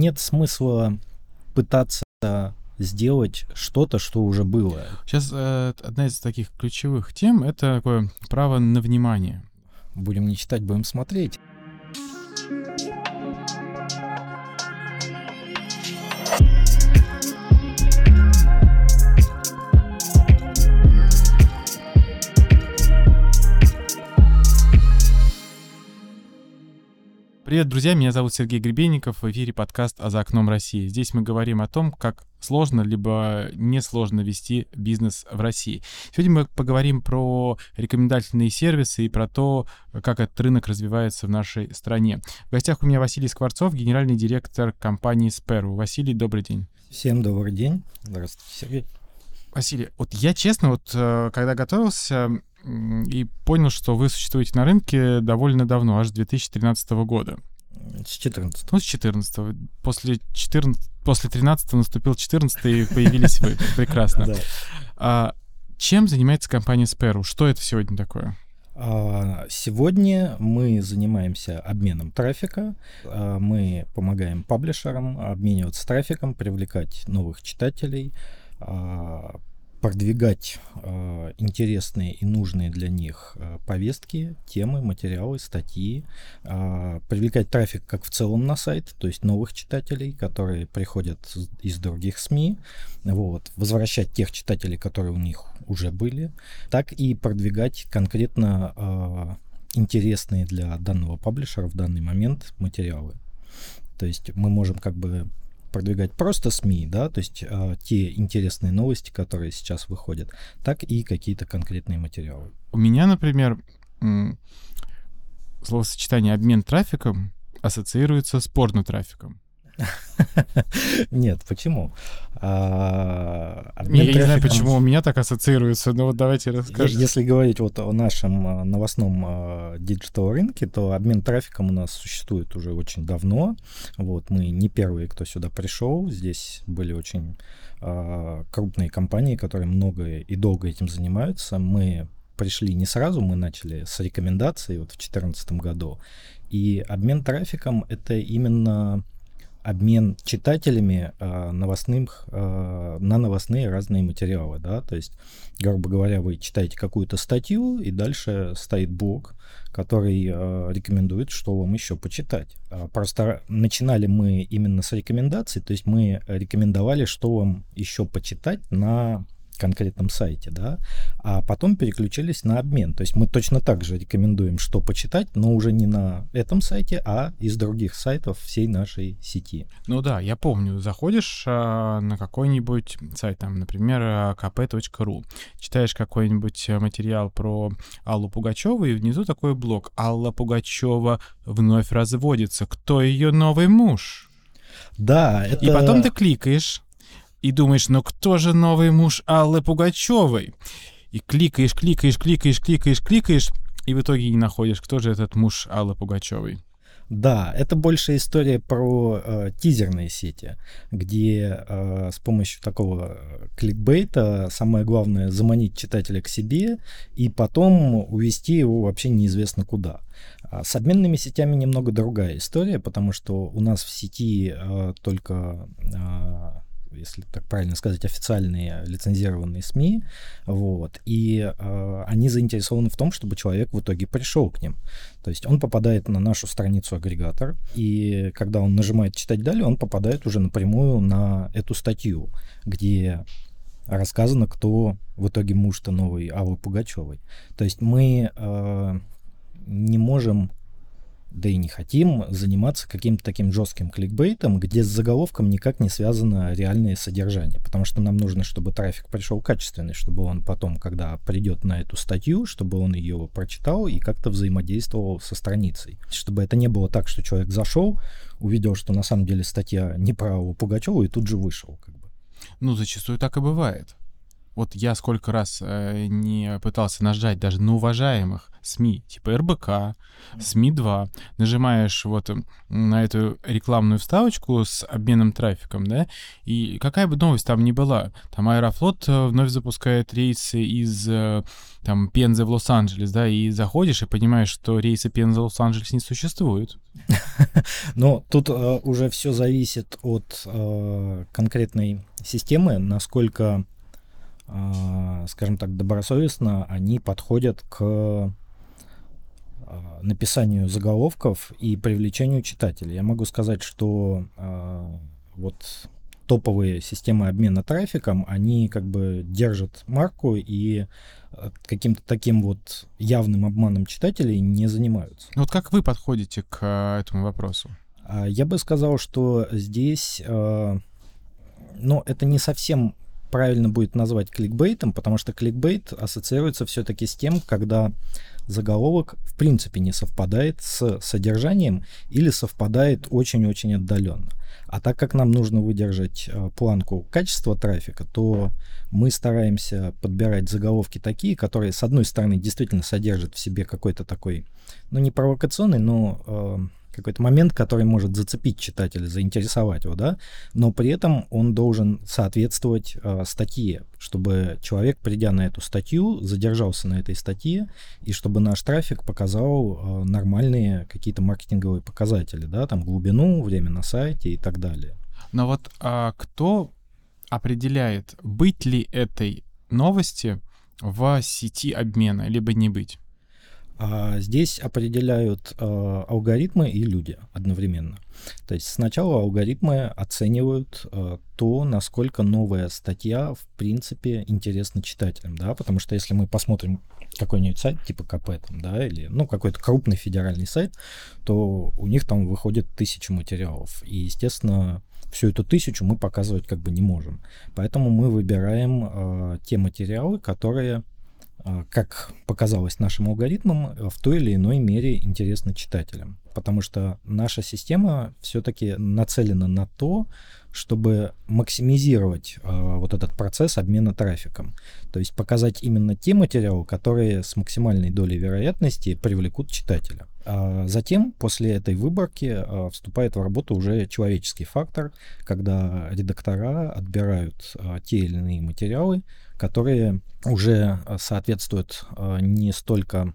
нет смысла пытаться сделать что-то, что уже было. Сейчас одна из таких ключевых тем — это такое право на внимание. Будем не читать, будем смотреть. Привет, друзья, меня зовут Сергей Гребенников, в эфире подкаст «А за окном России». Здесь мы говорим о том, как сложно либо несложно вести бизнес в России. Сегодня мы поговорим про рекомендательные сервисы и про то, как этот рынок развивается в нашей стране. В гостях у меня Василий Скворцов, генеральный директор компании Sparrow. Василий, добрый день. Всем добрый день. Здравствуйте, Сергей. Василий, вот я честно, когда готовился и понял, что вы существуете на рынке довольно давно, аж с 2013 года. С 14. Ну, с 14. После 13 наступил 14 и появились вы. Прекрасно. Чем занимается компания Sparrow? Что это сегодня такое? Сегодня мы занимаемся обменом трафика. Мы помогаем паблишерам обмениваться трафиком, привлекать новых читателей, продвигать интересные и нужные для них повестки, темы, материалы, статьи, привлекать трафик как в целом на сайт, то есть новых читателей, которые приходят из других СМИ, возвращать тех читателей, которые у них уже были, так и продвигать конкретно интересные для данного паблишера в данный момент материалы. То есть мы можем продвигать просто СМИ, да, то есть те интересные новости, которые сейчас выходят, так и какие-то конкретные материалы. У меня, например, словосочетание «обмен трафиком» ассоциируется с порнотрафиком. Нет, почему? Я не знаю, почему у меня так ассоциируется, но вот давайте расскажите. Если говорить о нашем новостном диджитал-рынке, то обмен трафиком у нас существует уже очень давно. Мы не первые, кто сюда пришел. Здесь были очень крупные компании, которые много и долго этим занимаются. Мы пришли не сразу, мы начали с рекомендаций в 2014 году. И обмен трафиком — это именно обмен читателями на новостные разные материалы, да, то есть, грубо говоря, вы читаете какую-то статью, и дальше стоит блог, который рекомендует, что вам еще почитать. Просто начинали мы именно с рекомендаций, то есть мы рекомендовали, что вам еще почитать на конкретном сайте, да, а потом переключились на обмен. То есть мы точно так же рекомендуем, что почитать, но уже не на этом сайте, а из других сайтов всей нашей сети. Ну да, я помню, заходишь на какой-нибудь сайт, там, например, kp.ru, читаешь какой-нибудь материал про Аллу Пугачеву, и внизу такой блок: «Алла Пугачева вновь разводится. Кто ее новый муж?» Да, это... И потом ты кликаешь, и думаешь, ну кто же новый муж Аллы Пугачевой? И кликаешь, и в итоге не находишь, кто же этот муж Аллы Пугачевой. Да, это больше история про тизерные сети, где с помощью такого кликбейта самое главное — заманить читателя к себе и потом увести его вообще неизвестно куда. С обменными сетями немного другая история, потому что у нас в сети только... если так правильно сказать, официальные лицензированные СМИ, и они заинтересованы в том, чтобы человек в итоге пришел к ним. То есть он попадает на нашу страницу-агрегатор, и когда он нажимает «Читать далее», он попадает уже напрямую на эту статью, где рассказано, кто в итоге муж-то новый Аллы Пугачевой. То есть мы не можем, да и не хотим заниматься каким-то таким жестким кликбейтом, где с заголовком никак не связано реальное содержание, потому что нам нужно, чтобы трафик пришел качественный, чтобы он потом, когда придет на эту статью, чтобы он ее прочитал и как-то взаимодействовал со страницей. Чтобы это не было так, что человек зашел, увидел, что на самом деле статья не про Аллу Пугачеву, и тут же вышел. Ну, зачастую так и бывает. Вот я сколько раз не пытался нажать даже на уважаемых СМИ, типа РБК, СМИ-2, нажимаешь вот на эту рекламную вставочку с обменом трафиком, да, и какая бы новость там ни была, там Аэрофлот вновь запускает рейсы из там Пензы в Лос-Анджелес, да, и заходишь и понимаешь, что рейсы Пензы в Лос-Анджелес не существует. Но тут уже все зависит от конкретной системы, насколько, скажем так, добросовестно они подходят к написанию заголовков и привлечению читателей. Я могу сказать, что вот топовые системы обмена трафиком, они как бы держат марку и каким-то таким вот явным обманом читателей не занимаются. Вот как вы подходите к этому вопросу? Я бы сказал, что здесь, это не совсем правильно будет назвать кликбейтом, потому что кликбейт ассоциируется все-таки с тем, когда заголовок в принципе не совпадает с содержанием или совпадает очень-очень отдаленно. А так как нам нужно выдержать планку качества трафика, то мы стараемся подбирать заголовки такие, которые, с одной стороны, действительно содержат в себе какой-то такой, не провокационный, но какой-то момент, который может зацепить читателя, заинтересовать его, да, но при этом он должен соответствовать статье, чтобы человек, придя на эту статью, задержался на этой статье, и чтобы наш трафик показал нормальные какие-то маркетинговые показатели, да, там глубину, время на сайте и так далее. Но вот кто определяет, быть ли этой новости в сети обмена, либо не быть? Здесь определяют алгоритмы и люди одновременно. То есть сначала алгоритмы оценивают то, насколько новая статья в принципе интересна читателям, да, потому что если мы посмотрим какой-нибудь сайт типа КП, там, да, или какой-то крупный федеральный сайт, то у них там выходит 1000 материалов, и, естественно, всю эту 1000 мы показывать как бы не можем. Поэтому мы выбираем те материалы, которые, как показалось нашим алгоритмам, в той или иной мере интересны читателям. Потому что наша система все-таки нацелена на то, чтобы максимизировать вот этот процесс обмена трафиком. То есть показать именно те материалы, которые с максимальной долей вероятности привлекут читателя. Затем, после этой выборки, вступает в работу уже человеческий фактор, когда редактора отбирают те или иные материалы, которые уже соответствуют не столько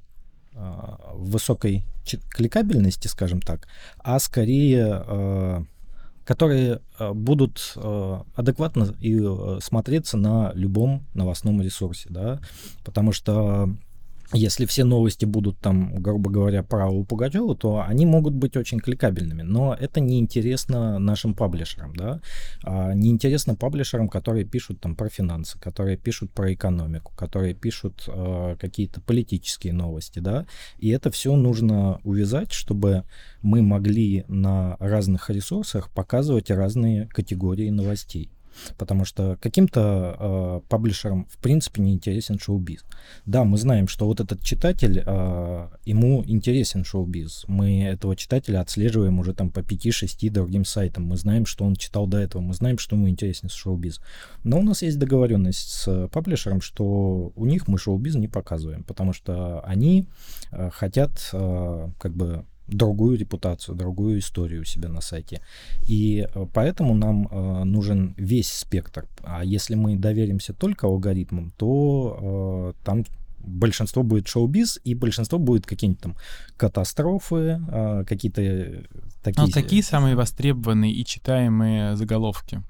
высокой кликабельности, скажем так, а скорее которые будут адекватно и смотреться на любом новостном ресурсе, да, потому что если все новости будут там, грубо говоря, про Аллу Пугачеву, то они могут быть очень кликабельными, но это неинтересно нашим паблишерам, да, неинтересно паблишерам, которые пишут там про финансы, которые пишут про экономику, которые пишут какие-то политические новости, да, и это все нужно увязать, чтобы мы могли на разных ресурсах показывать разные категории новостей. Потому что каким-то паблишерам в принципе не интересен шоу-биз. Да, мы знаем, что вот этот читатель, ему интересен шоу-биз. Мы этого читателя отслеживаем уже там по 5-6 другим сайтам. Мы знаем, что он читал до этого. Мы знаем, что ему интересен шоу-биз. Но у нас есть договоренность с паблишером, что у них мы шоу-биз не показываем, потому что они хотят как бы другую репутацию, другую историю у себя на сайте. И поэтому нам нужен весь спектр. А если мы доверимся только алгоритмам, то там большинство будет шоу-биз, и большинство будет какие-нибудь там катастрофы, какие-то такие... А какие самые востребованные и читаемые заголовки?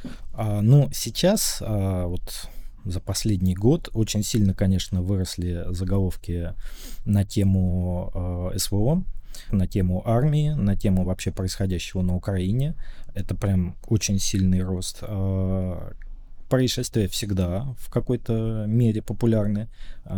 Сейчас вот за последний год очень сильно, конечно, выросли заголовки на тему СВО, на тему армии, на тему вообще происходящего на Украине. Это прям очень сильный рост. Происшествия всегда в какой-то мере популярны.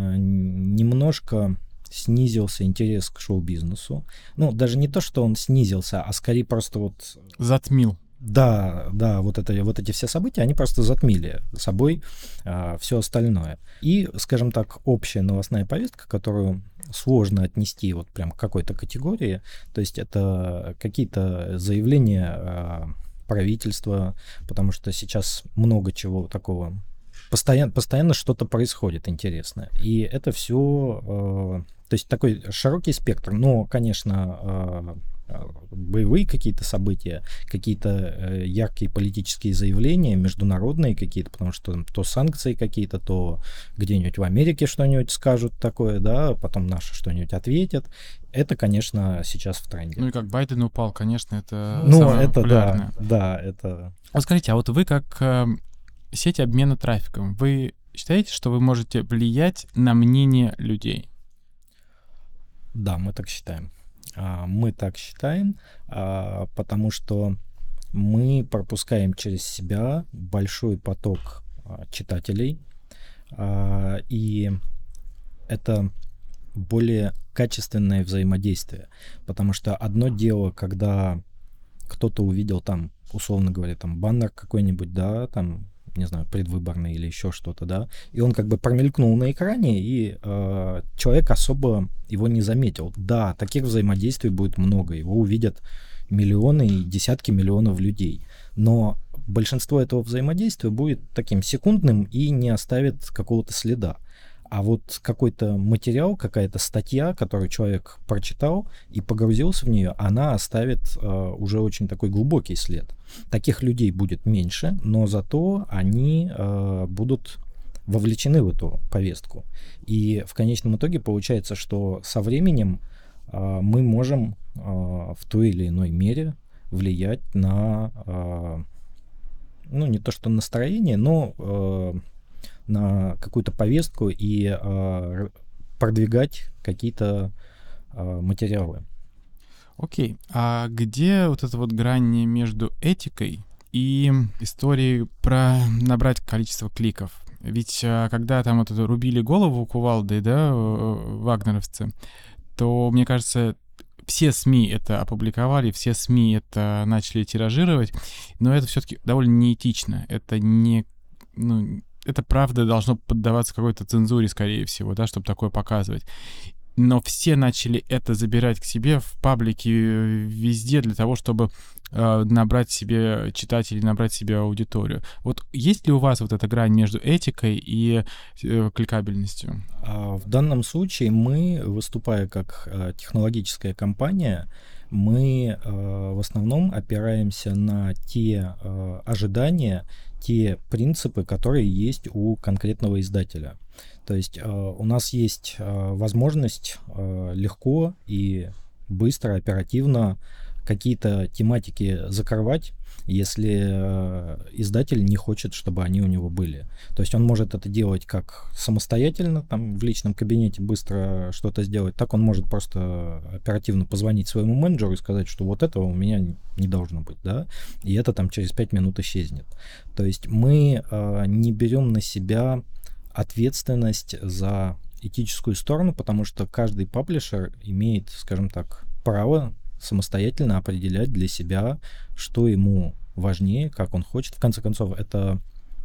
Немножко снизился интерес к шоу-бизнесу. Даже не то, что он снизился, а скорее просто вот... Затмил. Да, вот эти все события, они просто затмили собой все остальное. И, скажем так, общая новостная повестка, которую сложно отнести вот прям к какой-то категории, то есть это какие-то заявления правительства, потому что сейчас много чего такого Постоянно что-то происходит интересное. И это все, то есть такой широкий спектр. Но, конечно, боевые какие-то события, какие-то яркие политические заявления, международные какие-то, потому что то санкции какие-то, то где-нибудь в Америке что-нибудь скажут такое, да, потом наши что-нибудь ответят. Это, конечно, сейчас в тренде. Ну и как Байден упал, конечно, это Ну, самое это популярное. да, это... Вот скажите, а вот вы как сеть обмена трафиком, вы считаете, что вы можете влиять на мнение людей? Да, мы так считаем. Мы так считаем, потому что мы пропускаем через себя большой поток читателей, и это более качественное взаимодействие. Потому что одно дело, когда кто-то увидел там, условно говоря, там баннер какой-нибудь, да, там, не знаю, предвыборный или еще что-то, да, и он как бы промелькнул на экране, и человек особо его не заметил. Да, таких взаимодействий будет много, его увидят миллионы и десятки миллионов людей, но большинство этого взаимодействия будет таким секундным и не оставит какого-то следа. А вот какой-то материал, какая-то статья, которую человек прочитал и погрузился в нее, она оставит уже очень такой глубокий след. Таких людей будет меньше, но зато они будут вовлечены в эту повестку. И в конечном итоге получается, что со временем мы можем в той или иной мере влиять на, ну, не то что настроение, но на какую-то повестку и продвигать какие-то материалы. Окей. А где вот эта вот грань между этикой и историей про набрать количество кликов? Ведь когда там вот это рубили голову кувалдой, да, вагнеровцы, то, мне кажется, все СМИ это опубликовали, все СМИ это начали тиражировать, но это все-таки довольно неэтично. Это не... Ну, это правда должно поддаваться какой-то цензуре, скорее всего, да, чтобы такое показывать. Но все начали это забирать к себе в паблики везде для того, чтобы набрать себе читателей, набрать себе аудиторию. Вот есть ли у вас вот эта грань между этикой и кликабельностью? В данном случае мы, выступая как технологическая компания, мы в основном опираемся на те ожидания, те принципы, которые есть у конкретного издателя. То есть у нас есть возможность легко и быстро, оперативно какие-то тематики закрывать, если издатель не хочет, чтобы они у него были. То есть он может это делать как самостоятельно, там в личном кабинете быстро что-то сделать, так он может просто оперативно позвонить своему менеджеру и сказать, что вот этого у меня не должно быть, да, и это там через 5 минут исчезнет. То есть мы не берем на себя ответственность за этическую сторону, потому что каждый паблишер имеет, скажем так, право самостоятельно определять для себя, что ему важнее, как он хочет. В конце концов, это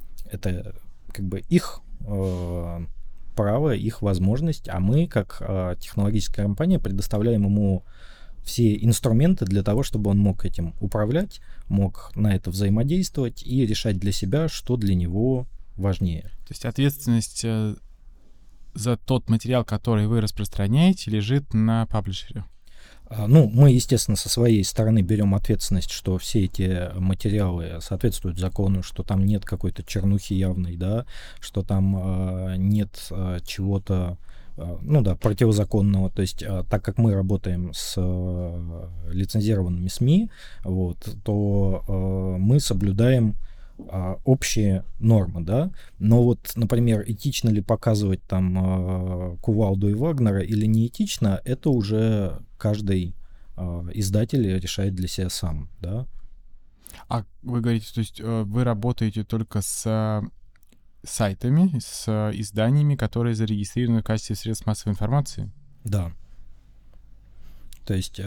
как бы их право, их возможность, а мы, как технологическая компания, предоставляем ему все инструменты для того, чтобы он мог этим управлять, мог на это взаимодействовать и решать для себя, что для него важнее. То есть ответственность за тот материал, который вы распространяете, лежит на паблишере? Ну, мы, естественно, со своей стороны берем ответственность, что все эти материалы соответствуют закону, что там нет какой-то чернухи явной, да, что там нет чего-то, ну да, противозаконного. То есть, так как мы работаем с лицензированными СМИ, вот, то мы соблюдаем общие нормы, да, но вот, например, этично ли показывать там Кувалду и Вагнера или не этично, это уже каждый издатель решает для себя сам, да. А вы говорите, то есть вы работаете только с сайтами, с изданиями, которые зарегистрированы в качестве средств массовой информации? Да. То есть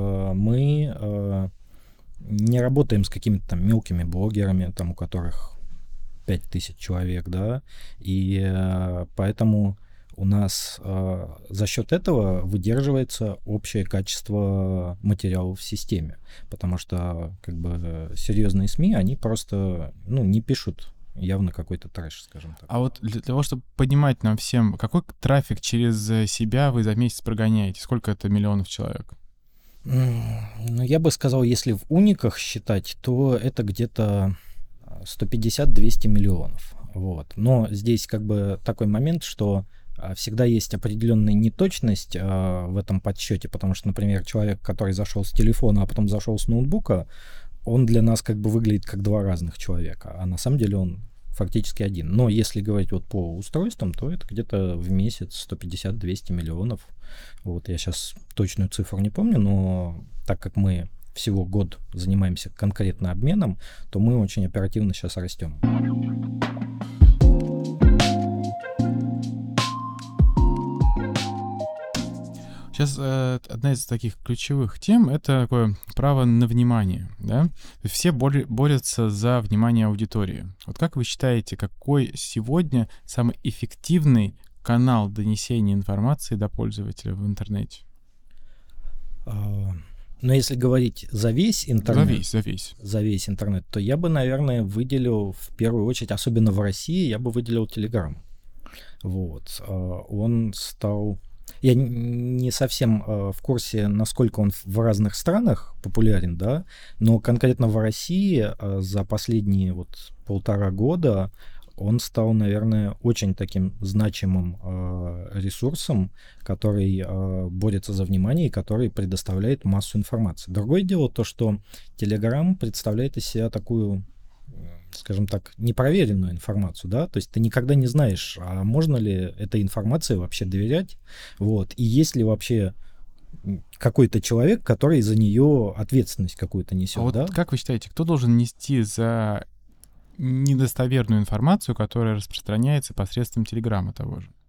мы не работаем с какими-то там мелкими блогерами, там у которых 5000 человек, да, и поэтому у нас за счет этого выдерживается общее качество материалов в системе, потому что как бы серьезные СМИ, они просто, ну, не пишут явно какой-то трэш, скажем так. А вот для того, чтобы понимать нам всем, какой трафик через себя вы за месяц прогоняете? Сколько это миллионов человек? Ну, я бы сказал, если в униках считать, то это где-то 150-200 миллионов. Вот. Но здесь как бы такой момент, что всегда есть определенная неточность в этом подсчете, потому что, например, человек, который зашел с телефона, а потом зашел с ноутбука, он для нас как бы выглядит как два разных человека, а на самом деле он фактически один. Но если говорить вот по устройствам, то это где-то в месяц 150-200 миллионов. Вот я сейчас точную цифру не помню, но так как мы всего год занимаемся конкретно обменом, то мы очень оперативно сейчас растем. Сейчас одна из таких ключевых тем — это такое право на внимание, да? То есть все борются за внимание аудитории. Вот как вы считаете, какой сегодня самый эффективный канал донесения информации до пользователя в интернете? Но если говорить за весь интернет, за весь интернет, то я бы, наверное, выделил в первую очередь, особенно в России, я бы выделил Telegram. Вот. Он стал... Я не совсем в курсе, насколько он в разных странах популярен, да, но конкретно в России за последние вот 1,5 года он стал, наверное, очень таким значимым ресурсом, который борется за внимание и который предоставляет массу информации. Другое дело то, что Telegram представляет из себя такую, скажем так, непроверенную информацию, да, то есть ты никогда не знаешь, а можно ли этой информации вообще доверять, вот, и есть ли вообще какой-то человек, который за нее ответственность какую-то несет, а вот да? Как вы считаете, кто должен нести за недостоверную информацию, которая распространяется посредством Телеграма того же?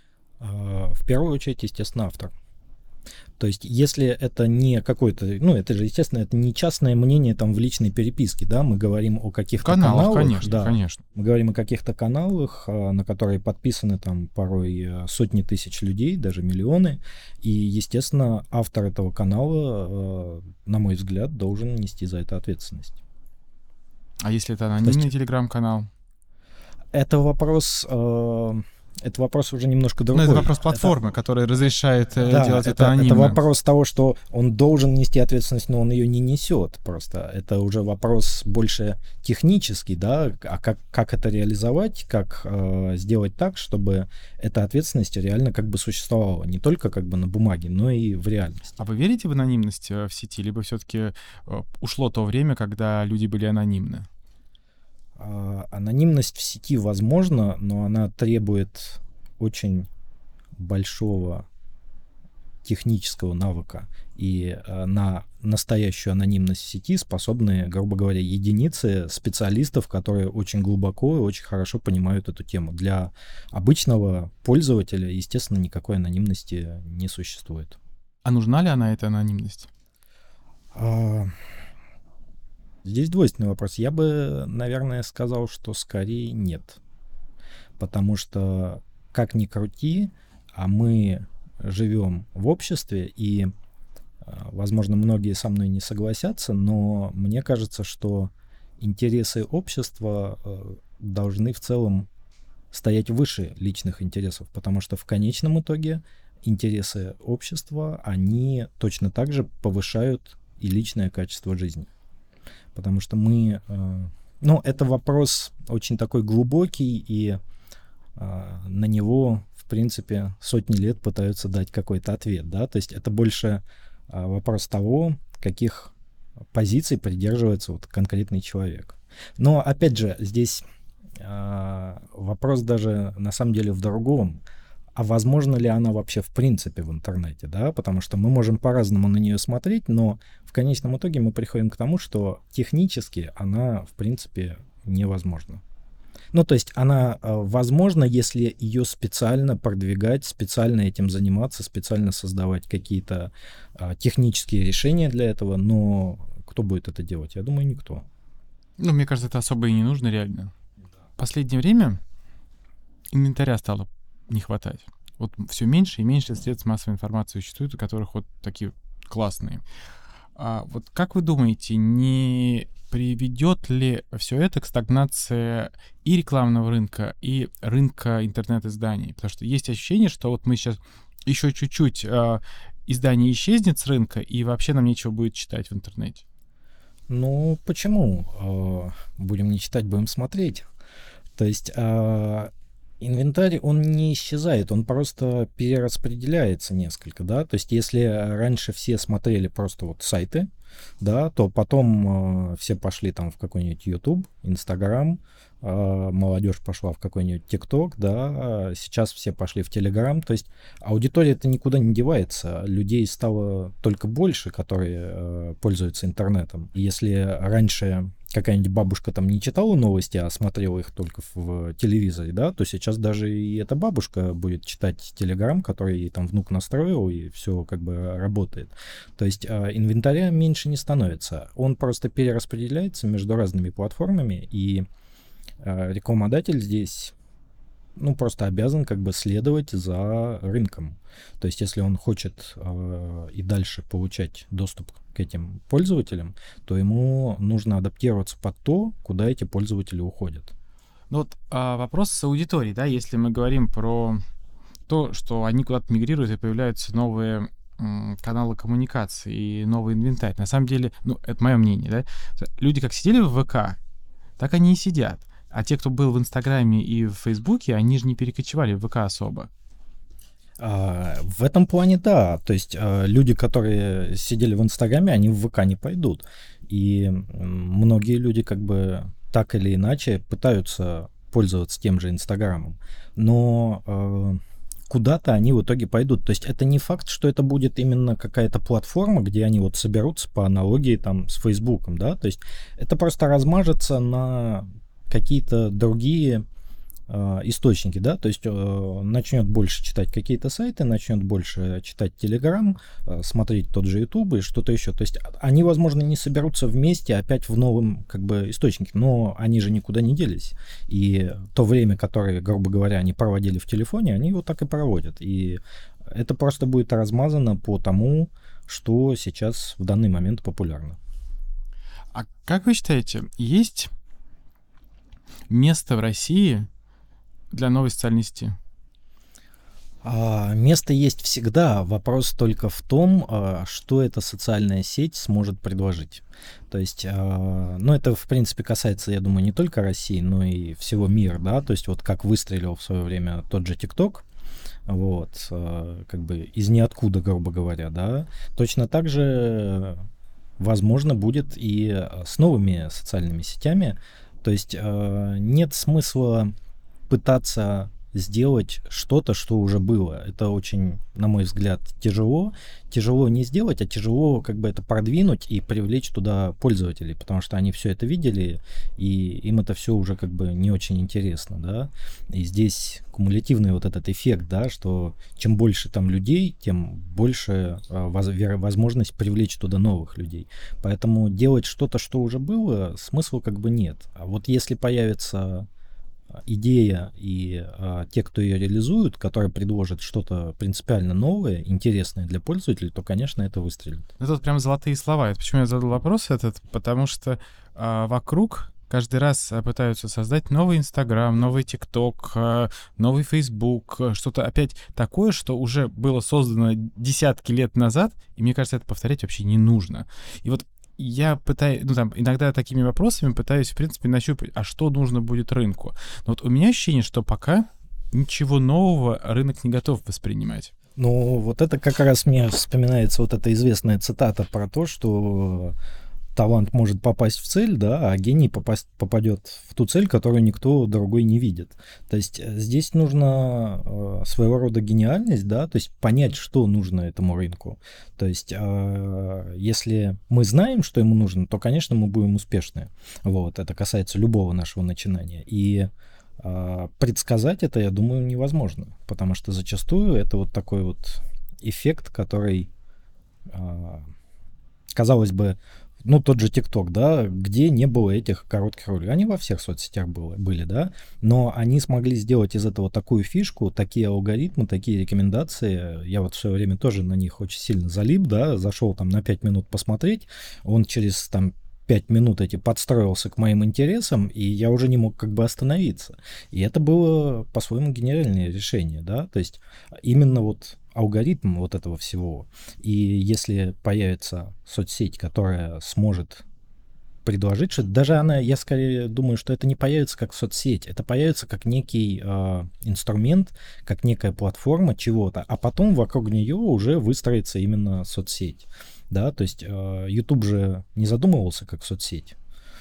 В первую очередь, естественно, автор. То есть, если это не какое-то, ну, это же, естественно, это не частное мнение там в личной переписке, да, мы говорим о каких-то каналах. Конечно, да, конечно. Мы говорим о каких-то каналах, на которые подписаны там порой сотни тысяч людей, даже миллионы, и, естественно, автор этого канала, на мой взгляд, должен нести за это ответственность. А если это анонимный телеграм-канал? Это вопрос уже немножко другой. Ну, это вопрос платформы, которая разрешает делать это анонимно. Это вопрос того, что он должен нести ответственность, но он ее не несет просто. Это уже вопрос больше технический, да, а как это реализовать, как сделать так, чтобы эта ответственность реально как бы существовала не только как бы на бумаге, но и в реальности. А вы верите в анонимность в сети, либо все-таки ушло то время, когда люди были анонимны? Анонимность в сети возможна, но она требует очень большого технического навыка. И на настоящую анонимность в сети способны, грубо говоря, единицы специалистов, которые очень глубоко и очень хорошо понимают эту тему. Для обычного пользователя, естественно, никакой анонимности не существует. А нужна ли она, эта анонимность? Здесь двойственный вопрос. Я бы, наверное, сказал, что скорее нет. Потому что, как ни крути, а мы живем в обществе, и, возможно, многие со мной не согласятся, но мне кажется, что интересы общества должны в целом стоять выше личных интересов, потому что в конечном итоге интересы общества, они точно так же повышают и личное качество жизни. Потому что мы... это вопрос очень такой глубокий, и на него, в принципе, сотни лет пытаются дать какой-то ответ, да, то есть это больше вопрос того, каких позиций придерживается вот конкретный человек. Но, опять же, здесь вопрос даже на самом деле в другом. А возможно ли она вообще в принципе в интернете, да, потому что мы можем по-разному на нее смотреть, но в конечном итоге мы приходим к тому, что технически она в принципе невозможна. Ну, то есть она возможна, если ее специально продвигать, специально этим заниматься, специально создавать какие-то технические решения для этого, но кто будет это делать? Я думаю, никто. Ну, мне кажется, это особо и не нужно реально. В последнее время инвентаря стало не хватать. Вот все меньше и меньше средств массовой информации существует, у которых вот такие классные. А вот как вы думаете, не приведет ли все это к стагнации и рекламного рынка, и рынка интернет-изданий? Потому что есть ощущение, что вот мы сейчас еще чуть-чуть издание исчезнет с рынка, и вообще нам нечего будет читать в интернете. Ну, почему? Будем не читать, будем смотреть. То есть инвентарь, он не исчезает, он просто перераспределяется несколько, да. То есть если раньше все смотрели просто вот сайты, да, то потом все пошли там в какой-нибудь YouTube, Instagram, молодежь пошла в какой-нибудь TikTok, да, сейчас все пошли в Telegram, то есть аудитория-то никуда не девается, людей стало только больше, которые пользуются интернетом. И если раньше какая-нибудь бабушка там не читала новости, а смотрела их только в телевизоре, да, то сейчас даже и эта бабушка будет читать Telegram, который ей там внук настроил, и все как бы работает. То есть инвентаря меньше не становится, он просто перераспределяется между разными платформами, и рекламодатель здесь, ну, просто обязан как бы следовать за рынком. То есть если он хочет и дальше получать доступ к этим пользователям, то ему нужно адаптироваться под то, куда эти пользователи уходят. Ну вот вопрос с аудиторией, да, если мы говорим про то, что они куда-то мигрируют и появляются новые каналы коммуникации и новый инвентарь. На самом деле, ну, это мое мнение, да, люди как сидели в ВК, так они и сидят. А те, кто был в Инстаграме и в Фейсбуке, они же не перекочевали в ВК особо. В этом плане да. То есть люди, которые сидели в Инстаграме, они в ВК не пойдут. И многие люди как бы так или иначе пытаются пользоваться тем же Инстаграмом. Но куда-то они в итоге пойдут. То есть это не факт, что это будет именно какая-то платформа, где они вот соберутся по аналогии там с Фейсбуком, да. То есть это просто размажется на какие-то другие источники, да, то есть начнет больше читать какие-то сайты, начнет больше читать Telegram, смотреть тот же YouTube и что-то еще. То есть они, возможно, не соберутся вместе опять в новом как бы источнике, но они же никуда не делись. И то время, которое, грубо говоря, они проводили в телефоне, они его так и проводят. И это просто будет размазано по тому, что сейчас в данный момент популярно. А как вы считаете, есть место в России для новой социальной сети? Место есть всегда. Вопрос только в том, что эта социальная сеть сможет предложить. То есть, ну, это, в принципе, касается, я думаю, не только России, но и всего мира, да. То есть, вот как выстрелил в свое время тот же TikTok, вот, как бы из ниоткуда, грубо говоря, да. Точно так же, возможно, будет и с новыми социальными сетями. То есть, нет смысла пытаться сделать что-то, что уже было. Это очень, на мой взгляд, тяжело. Тяжело не сделать, а тяжело как бы это продвинуть и привлечь туда пользователей, потому что они все это видели, и им это все уже как бы не очень интересно, да. И здесь кумулятивный вот этот эффект, да, что чем больше там людей, тем больше возможность привлечь туда новых людей. Поэтому делать что-то, что уже было, смысла как бы нет. А вот если появится идея и те, кто ее реализуют, которые предложат что-то принципиально новое, интересное для пользователей, то, конечно, это выстрелит. Это вот прям золотые слова. Это почему я задал вопрос этот? Потому что вокруг каждый раз пытаются создать новый Инстаграм, новый ТикТок, новый Фейсбук, что-то опять такое, что уже было создано десятки лет назад, и мне кажется, это повторять вообще не нужно. И вот я пытаюсь, ну там, иногда такими вопросами пытаюсь, в принципе, нащупать, а что нужно будет рынку. Но вот у меня ощущение, что пока ничего нового рынок не готов воспринимать. Ну, вот это как раз мне вспоминается вот эта известная цитата про то, что талант может попасть в цель, да, а гений попадет в ту цель, которую никто другой не видит. То есть здесь нужно своего рода гениальность, да, то есть понять, что нужно этому рынку. То есть если мы знаем, что ему нужно, то, конечно, мы будем успешны. Вот, это касается любого нашего начинания. И предсказать это, я думаю, невозможно, потому что зачастую это вот такой вот эффект, который, казалось бы, ну, тот же ТикТок, да, где не было этих коротких роликов. Они во всех соцсетях были, да, но они смогли сделать из этого такую фишку, такие алгоритмы, такие рекомендации. Я вот в свое время тоже на них очень сильно залип, да, зашел там на 5 минут посмотреть, он через там 5 минут эти подстроился к моим интересам, и я уже не мог как бы остановиться. И это было по-своему гениальное решение, да, то есть именно вот алгоритм вот этого всего. И если появится соцсеть, которая сможет предложить, что даже она, я скорее думаю, что это не появится как соцсеть, это появится как некий инструмент, как некая платформа чего-то, а потом вокруг нее уже выстроится именно соцсеть. Да, то есть YouTube же не задумывался как соцсеть.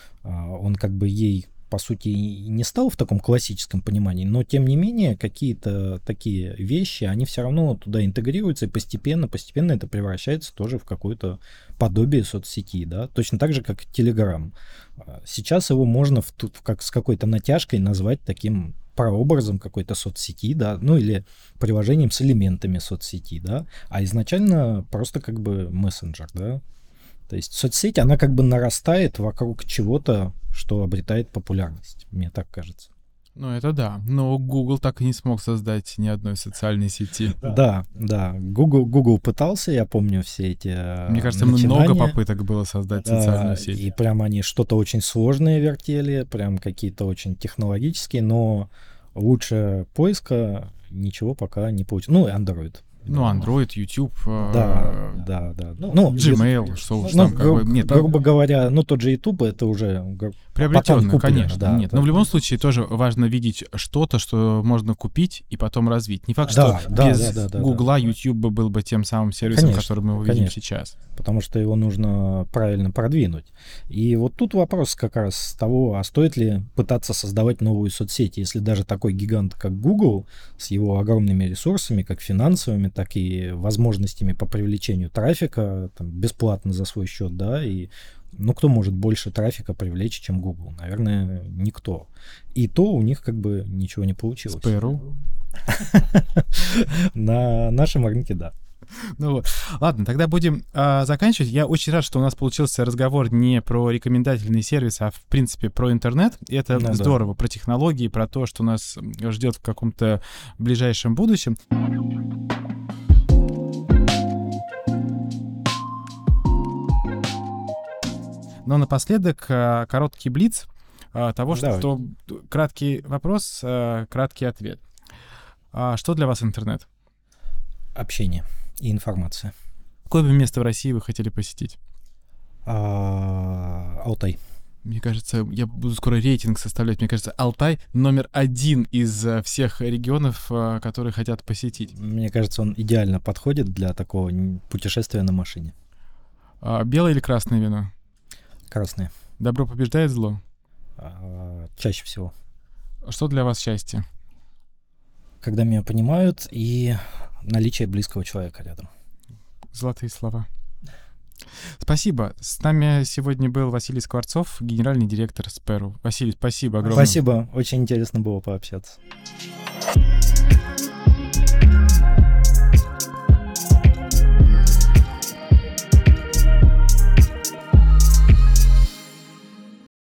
Он как бы ей, по сути, и не стал в таком классическом понимании, но тем не менее какие-то такие вещи, они все равно туда интегрируются, и постепенно это превращается тоже в какое-то подобие соцсети, да, точно так же, как Telegram. Сейчас его можно как с какой-то натяжкой назвать таким прообразом какой-то соцсети, да, ну или приложением с элементами соцсети, да, а изначально просто как бы мессенджер, да. То есть соцсеть, она как бы нарастает вокруг чего-то, что обретает популярность, мне так кажется. Ну, это да. Но Google так и не смог создать ни одной социальной сети. Да. Google пытался, я помню все эти Мне кажется, начинания. много попыток было создать социальную сеть. И прям они что-то очень сложное вертели, прям какие-то очень технологические, но лучше поиска ничего пока не получилось. Ну, и Android. Ну, Android, YouTube, Да. Ну, Gmail, что уж там. Грубо говоря, ну, тот же YouTube, это уже приобретенный, конечно. Да, нет, но в любом случае тоже важно видеть что-то, что можно купить и потом развить. Не факт, что без Гугла YouTube был бы тем самым сервисом, который мы увидим сейчас. Потому что его нужно правильно продвинуть. И вот тут вопрос как раз того, а стоит ли пытаться создавать новую соцсеть, если даже такой гигант, как Google, с его огромными ресурсами, как финансовыми, так и возможностями по привлечению трафика там, бесплатно за свой счет, да, и ну, кто может больше трафика привлечь, чем Google? Наверное, никто. И то у них как бы ничего не получилось. Sparrow? На нашем рынке, да. Ну вот. Ладно, тогда будем заканчивать. Я очень рад, что у нас получился разговор не про рекомендательные сервисы, а в принципе про интернет. И это здорово, про технологии, про то, что нас ждет в каком-то ближайшем будущем. Но напоследок короткий блиц того, что краткий вопрос, краткий ответ. Что для вас интернет? Общение и информация. Какое бы место в России вы хотели посетить? Алтай. Мне кажется, я буду скоро рейтинг составлять. Мне кажется, Алтай номер 1 из всех регионов, которые хотят посетить. Мне кажется, он идеально подходит для такого путешествия на машине. Белое или красное вино? Красное. Добро побеждает зло? Чаще всего. Что для вас счастье? Когда меня понимают и наличие близкого человека рядом. Золотые слова. Спасибо. С нами сегодня был Василий Скворцов, генеральный директор Sparrow. Василий, спасибо огромное. Спасибо. Очень интересно было пообщаться.